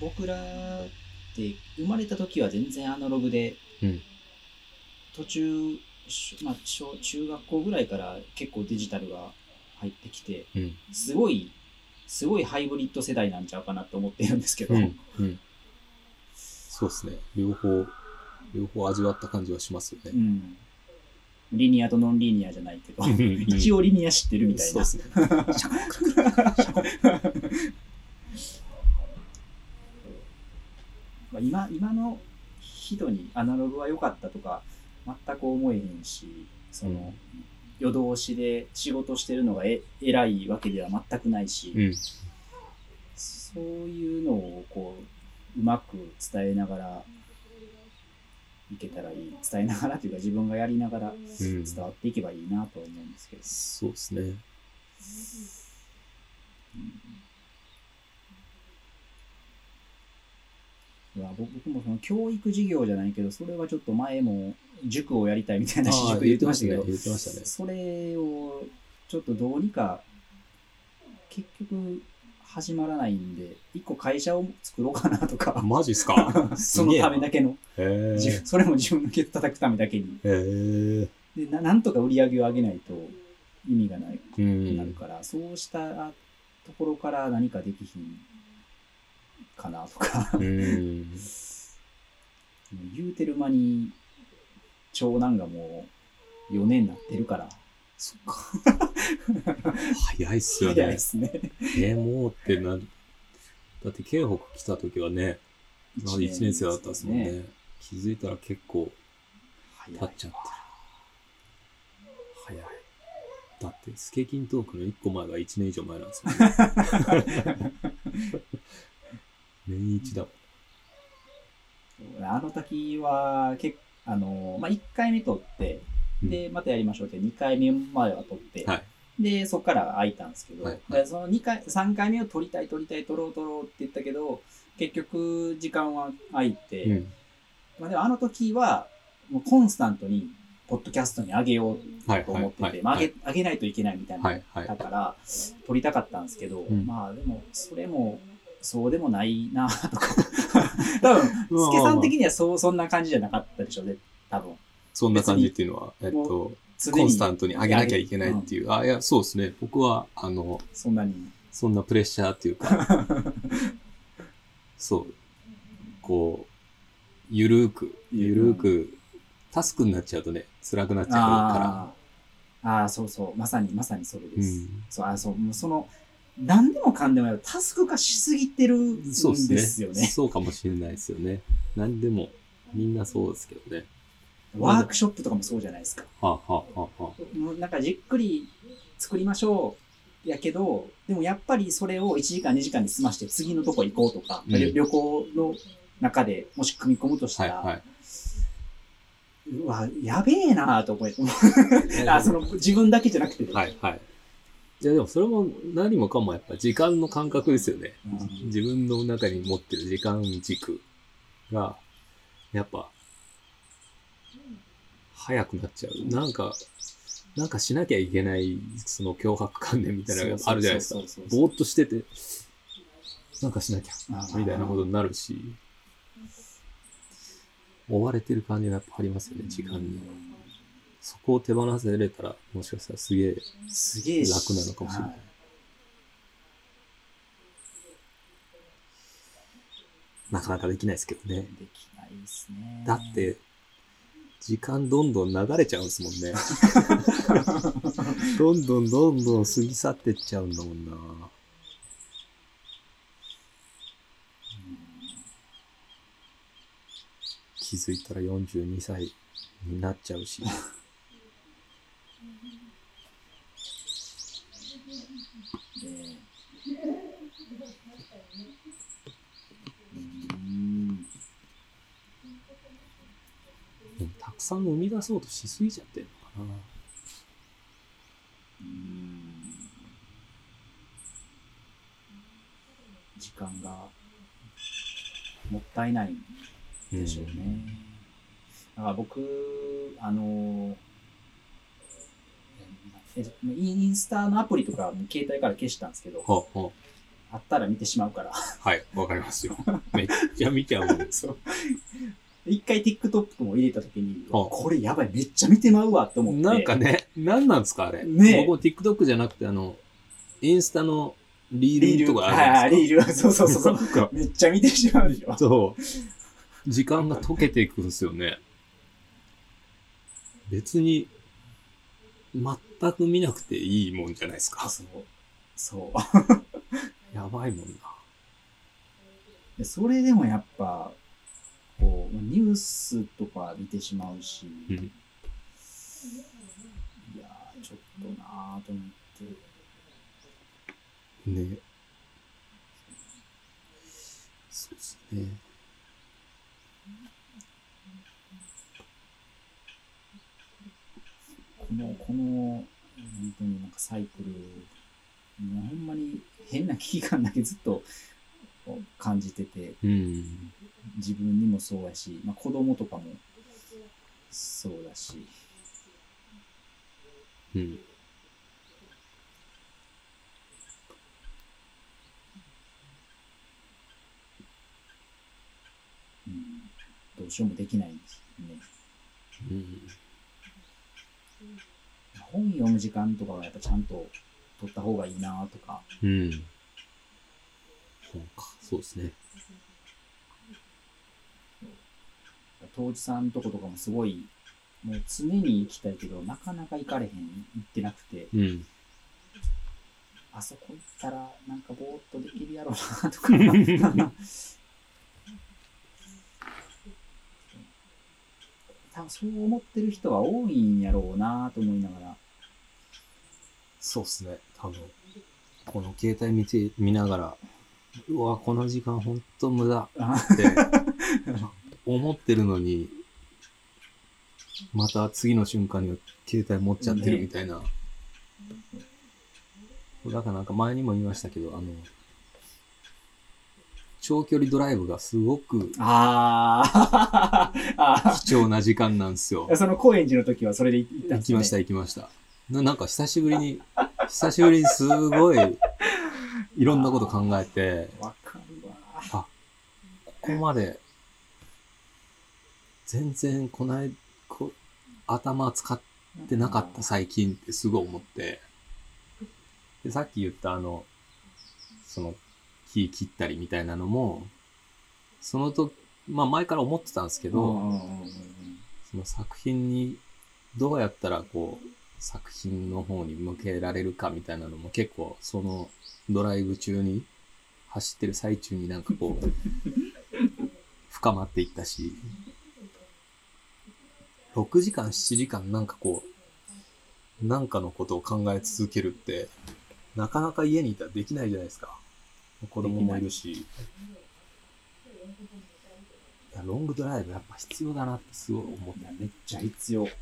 僕らって生まれた時は全然アナログで、途中、中学校ぐらいから結構デジタルが入ってきて、すごいハイブリッド世代なんちゃうかなと思ってるんですけど、 そうですね。両方味わった感じはしますよね。 リニアとノンリニアじゃないけど、一応リニア知ってるみたいな。そうですね。今の人にアナログは良かったとか全く思えへんし、夜通しで仕事してるのが偉いわけでは全くないし、そういうのをこううまく伝えながらいけたらいい。伝えながらというか自分がやりながら伝わっていけばいいなと思うんですけど。 そうですね。 僕もその教育事業じゃないけど、それはちょっと前も塾をやりたいみたいな私塾言ってましたけど、それをちょっとどうにか結局始まらないんで、一個会社を作ろうかなとか。 マジっすか？ そのためだけの。それも自分のケツ叩くためだけに。でなんとか売り上げを上げないと意味がないくなるから、そうしたところから何かできひんかなとか言うてる間に長男がもう4年になってるから。 そっか。早いっすよね。 早いっすね。 もうってだって京北来た時はね、1年生だったっすもんね。気づいたら結構経っちゃってる。早い。だってスケキントークの1個前が1年以上前なんですよね。年一だもん。 あの時は1回目撮って、でまたやりましょうって2回目までは撮って、でそこから空いたんですけど、その3回目を撮りたい撮ろうって言ったけど結局時間は空いて、でもあの時はもうコンスタントにポッドキャストに上げようと思ってて、上げないといけないみたいなだから撮りたかったんですけど、まあでもそれもそうでもないなとか多分助さん的にはそんな感じじゃなかったでしょうね、多分。 そんな感じっていうのはコンスタントに上げなきゃいけないっていう、いやそうですね。僕はそんなプレッシャーっていうかそうこうゆるーくタスクになっちゃうとね辛くなっちゃうからそうまさにそれです、何でもかんでもやるタスク化しすぎてるんですよね。 そうかもしれないですよね。何でもみんなそうですけどね。 ワークショップとかもそうじゃないですか。なんかじっくり作りましょうやけど、でもやっぱりそれを1時間2時間に済まして次のとこ行こうとか、旅行の中でもし組み込むとしたら、うわやべえなと思って自分だけじゃなくて、 いやでもそれも何もかもやっぱ時間の感覚ですよね。自分の中に持ってる時間軸がやっぱ早くなっちゃう。なんかしなきゃいけないその脅迫観念みたいなのがあるじゃないですか。ぼーっとしててなんかしなきゃみたいなことになるし、追われてる感じがやっぱありますよね、時間に。そこを手放せれたらもしかしたらすげえ楽なのかもしれない。なかなかできないですけどね。 できないですね。 だって時間どんどん流れちゃうんですもんね。どんどん過ぎ去ってっちゃうんだもんな。気づいたら42歳になっちゃうし。でもたくさん生み出そうとしすぎちゃってるのかな。 時間がもったいないんでしょうね。だから僕インスタのアプリとか携帯から消したんですけど、 あったら見てしまうから。 はい、わかりますよ。めっちゃ見ちゃうもん。 そう。一回 TikTok も入れたときに、これやばい、めっちゃ見てまうわって思って。 なんかね、なんなんですかあれ。 ね、 僕も TikTok じゃなくて、インスタのリールとかあるんですか。 リール、そうそうそう。めっちゃ見てしまうでしょ。 そう。時間が溶けていくんですよね。別に、全く見なくていいもんじゃないですか。 そう。 やばいもんな。 それでもやっぱ、こう、ニュースとか見てしまうし、いやー、ちょっとなーと思って。 ね。そうですね。 この、本当になんかサイクル、ほんまに変な危機感だけずっと感じてて、自分にもそうやし、子供とかもそうだし、どうしようもできないんですね。本読む時間とかはやっぱちゃんと取った方がいいなとか。 そうですね。 当時さんとことかもすごい、もう常に行きたいけど、なかなか行かれへん、行ってなくて、あそこ行ったらなんかぼーっとできるやろうなとか。多分そう思ってる人は多いんやろうなと思いながら。 そうっすね。多分この携帯見ながら、うわ、この時間ほんと無駄って思ってるのに、また次の瞬間に携帯持っちゃってるみたいな。だからなんか前にも言いましたけど、長距離ドライブがすごく貴重な時間なんですよ。 その高円寺の時はそれで行ったんですね。 行きました。なんか久しぶりにすごいいろんなこと考えて、 わかるわ。 ここまで全然頭使ってなかった最近ってすごい思って、でさっき言ったその木切ったりみたいなのも、その時、前から思ってたんですけど、その作品にどうやったら作品の方に向けられるかみたいなのも結構そのドライブ中に走ってる最中になんか深まっていったし、6時間7時間なんかなんかのことを考え続けるってなかなか家にいたらできないじゃないですか。子供もいるし。いや、ロングドライブやっぱ必要だなってすごい思って。 めっちゃ必要。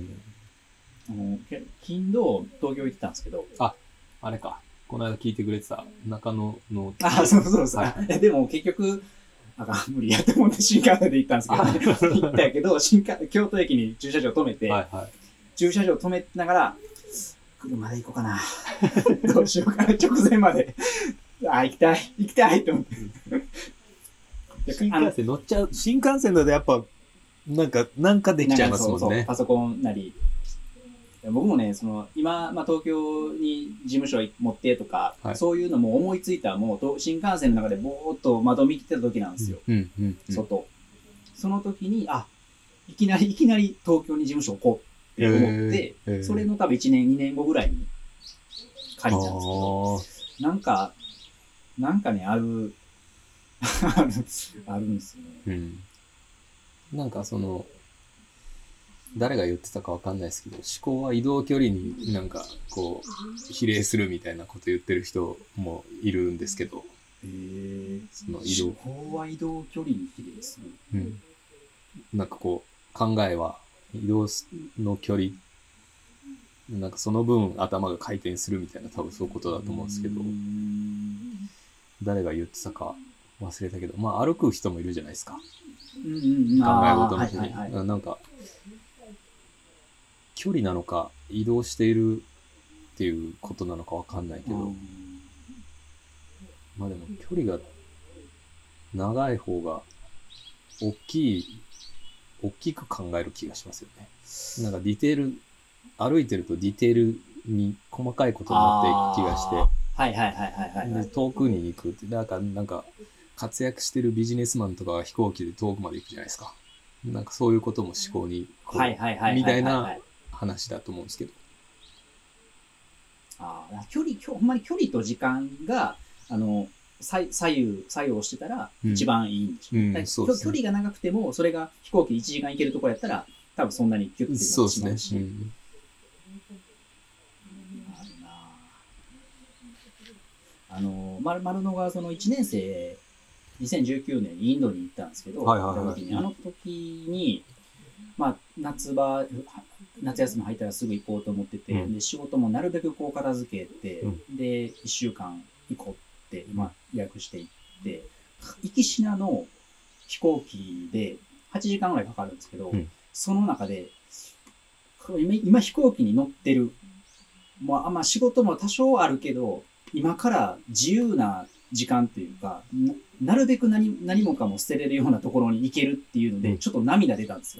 金土東京行ってたんですけど。 あれか。この間聞いてくれてた中野の。 そう。でも結局、無理やと思って新幹線で行ったんですけどね。行ったけど、京都駅に駐車場止めて、駐車場止めながら、車で行こうかな。どうしようかな。直前まで。行きたいと思って。 新幹線乗っちゃう。新幹線だとやっぱ、なんかできちゃいますもんね。 そうパソコンなり。僕もね、今、東京に事務所持ってとか、そういうのも思いついたもう新幹線の中でぼーっと窓見てた時なんですよ。外。その時に、いきなり東京に事務所置こうって思って、それの多分1年、2年後ぐらいに借りたんですけど、なんかね、あるんですよね。 なんか誰が言ってたかわかんないですけど、思考は移動距離になんか比例するみたいなこと言ってる人もいるんですけど、 思考は移動距離に比例する。 なんか考えは移動の距離、なんかその分頭が回転するみたいな、多分そういうことだと思うんですけど、誰が言ってたか忘れたけど、歩く人もいるじゃないですか。考え事の人に。なんか、距離なのか移動しているっていうことなのかわかんないけど、 まあでも距離が長い方が大きく考える気がしますよね。なんかディテール、歩いてるとディテールに細かいことになっていく気がして、 はいはいはいはいはい、 遠くに行くって、なんか活躍してるビジネスマンとかが飛行機で遠くまで行くじゃないですか。なんかそういうことも思考にこう、みたいな話だと思うんですけど。 ほんまに距離と時間が、左右してたら一番いいんでしょうね。そうですね、距離が長くても、それが飛行機1時間行けるところやったら、多分そんなにキュッてなってしまうし。そうですね。丸野がその1年生、2019年にインドに行ったんですけど、あの時に、まあ、夏休み入ったらすぐ行こうと思ってて、で仕事もなるべくこう片付けて、で、1週間行こうって今予約して行って、行きしなの飛行機で8時間ぐらいかかるんですけど、その中で、今飛行機に乗ってる、まあ仕事も多少あるけど、今から自由な時間というか、なるべく何もかも捨てれるようなところに行けるっていうので、ちょっと涙出たんですよ。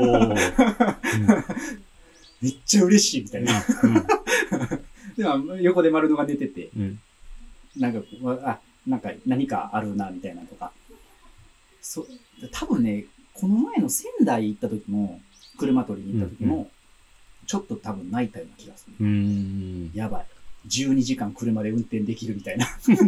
めっちゃ嬉しいみたいな。でも横で丸野が寝てて、なんか何かあるなみたいなとか。多分ね、この前の仙台行った時も、車取りに行った時も、ちょっと多分泣いたような気がする。やばい。12時間車で運転できるみたいな。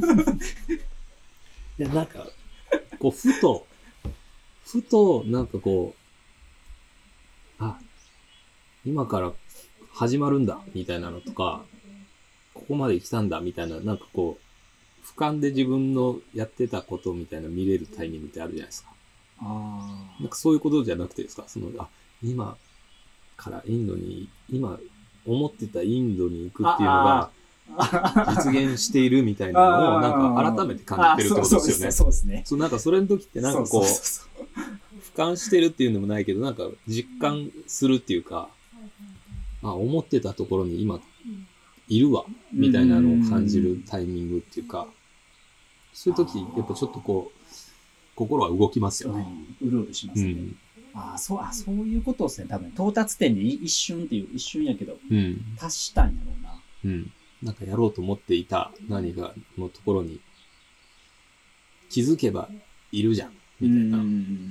いや、なんか、こう、ふと、なんかこう、今から始まるんだ、みたいなのとか、ここまで来たんだ、みたいな、なんかこう、俯瞰で自分のやってたことみたいな見れるタイミングってあるじゃないですか。なんかそういうことじゃなくてですか、今から今思ってたインドに行くっていうのが、実現しているみたいなのを、なんか改めて感じてるってことですよね。 そうですね。 なんかそれの時ってなんかこう、俯瞰してるっていうのもないけど、なんか実感するっていうか、思ってたところに今、いるわ、みたいなのを感じるタイミングっていうか、そういう時、やっぱちょっとこう、心は動きますよね。 うるうるしますね。そういうことですね。多分、到達点で一瞬やけど、達したんやろうな。 なんかやろうと思っていた何かのところに気づけばいるじゃん、みたいな。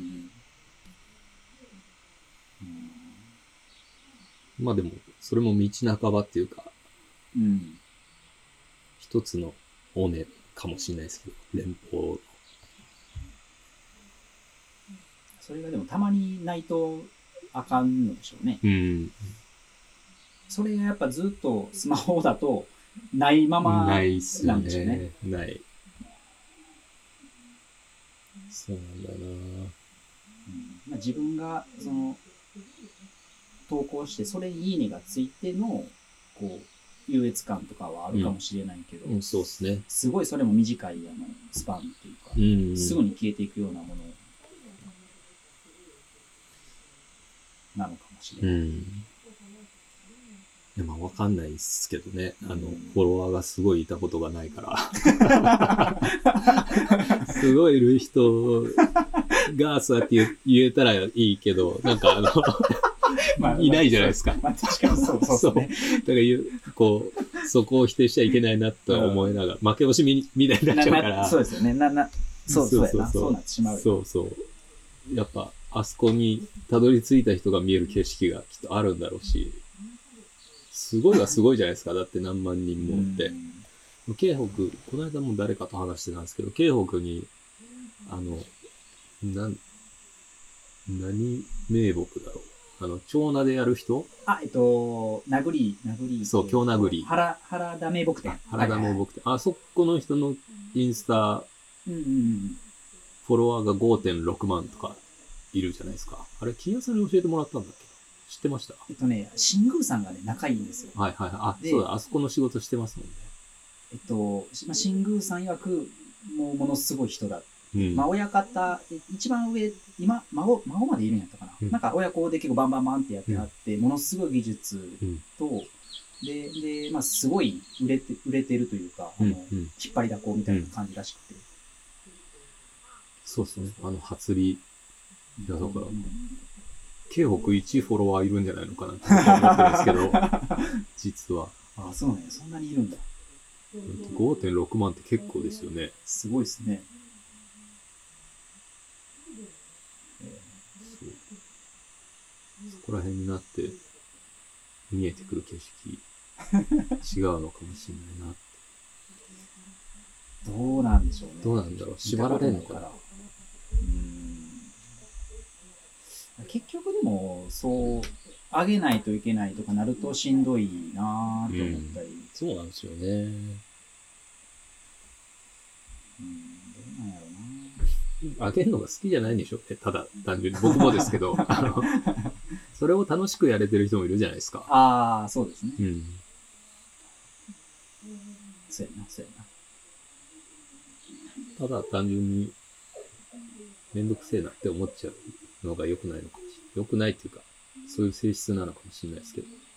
まあでも、それも道半ばっていうか、一つの尾根かもしれないですけど、連邦。 それがでもたまにないとあかんのでしょうね。それがやっぱずっとスマホだとないままなんでしょうね。 ない。そうなんだな。 自分がその投稿してそれいいねがついてのこう優越感とかはあるかもしれないけど、 そうですね。 すごいそれも短いスパンっていうか、すぐに消えていくようなものなのかもしれない。 まあわかんないですけどね。フォロワーがすごいいたことがないから。すごいいる人がそうやって言えたらいいけど、なんかいないじゃないですか。 確かにそうですね。 だからこう、そこを否定しちゃいけないなと思いながら、負け惜しみみたいになっちゃうから。 そうですよね。そうやな。そうなってしまう。 そう。やっぱ、あそこにたどり着いた人が見える景色がきっとあるんだろうし、すごいはすごいじゃないですか。だって何万人もって。京北、この間も誰かと話してたんですけど、京北に、何名木だろう。長名でやる人？ 殴り。 そう、京殴り。 原田名木店。 原田名木店。あそこの人のインスタ、フォロワーが 5.6 万とかいるじゃないですか。あれ、金谷さんに教えてもらったんだっけ？知ってました？ 新宮さんがね、仲いいんですよ。 はい。そうだ、あそこの仕事してますもんね。新宮さん曰く、ものすごい人だ。親方、一番上、今、孫までいるんやったかな。なんか親子で結構バンバンってやってあって、ものすごい技術と、 で、まあ、すごい売れてるというか、引っ張りだこみたいな感じらしくて。 そうですね。初利。いや、だから、京北1フォロワーいるんじゃないのかなって思ってるんですけど、実は。 あ、そうね。そんなにいるんだ。 5.6 万って結構ですよね。 すごいですね。 そこら辺になって見えてくる景色違うのかもしれないなって。 どうなんでしょうね。 どうなんだろう。縛られるのかな。 結局でもそう上げないといけないとかなるとしんどいなぁと思ったり、 そうなんですよね。 どうなんやろうな。 上げるのが好きじゃないんでしょうね。ただ単純に僕もですけどそれを楽しくやれてる人もいるじゃないですか。 ああ、そうですね。そうやな。 ただ単純にめんどくせえなって思っちゃうのが良くないのかもしれない。良くないっていうか、そういう性質なのかもしれないですけど。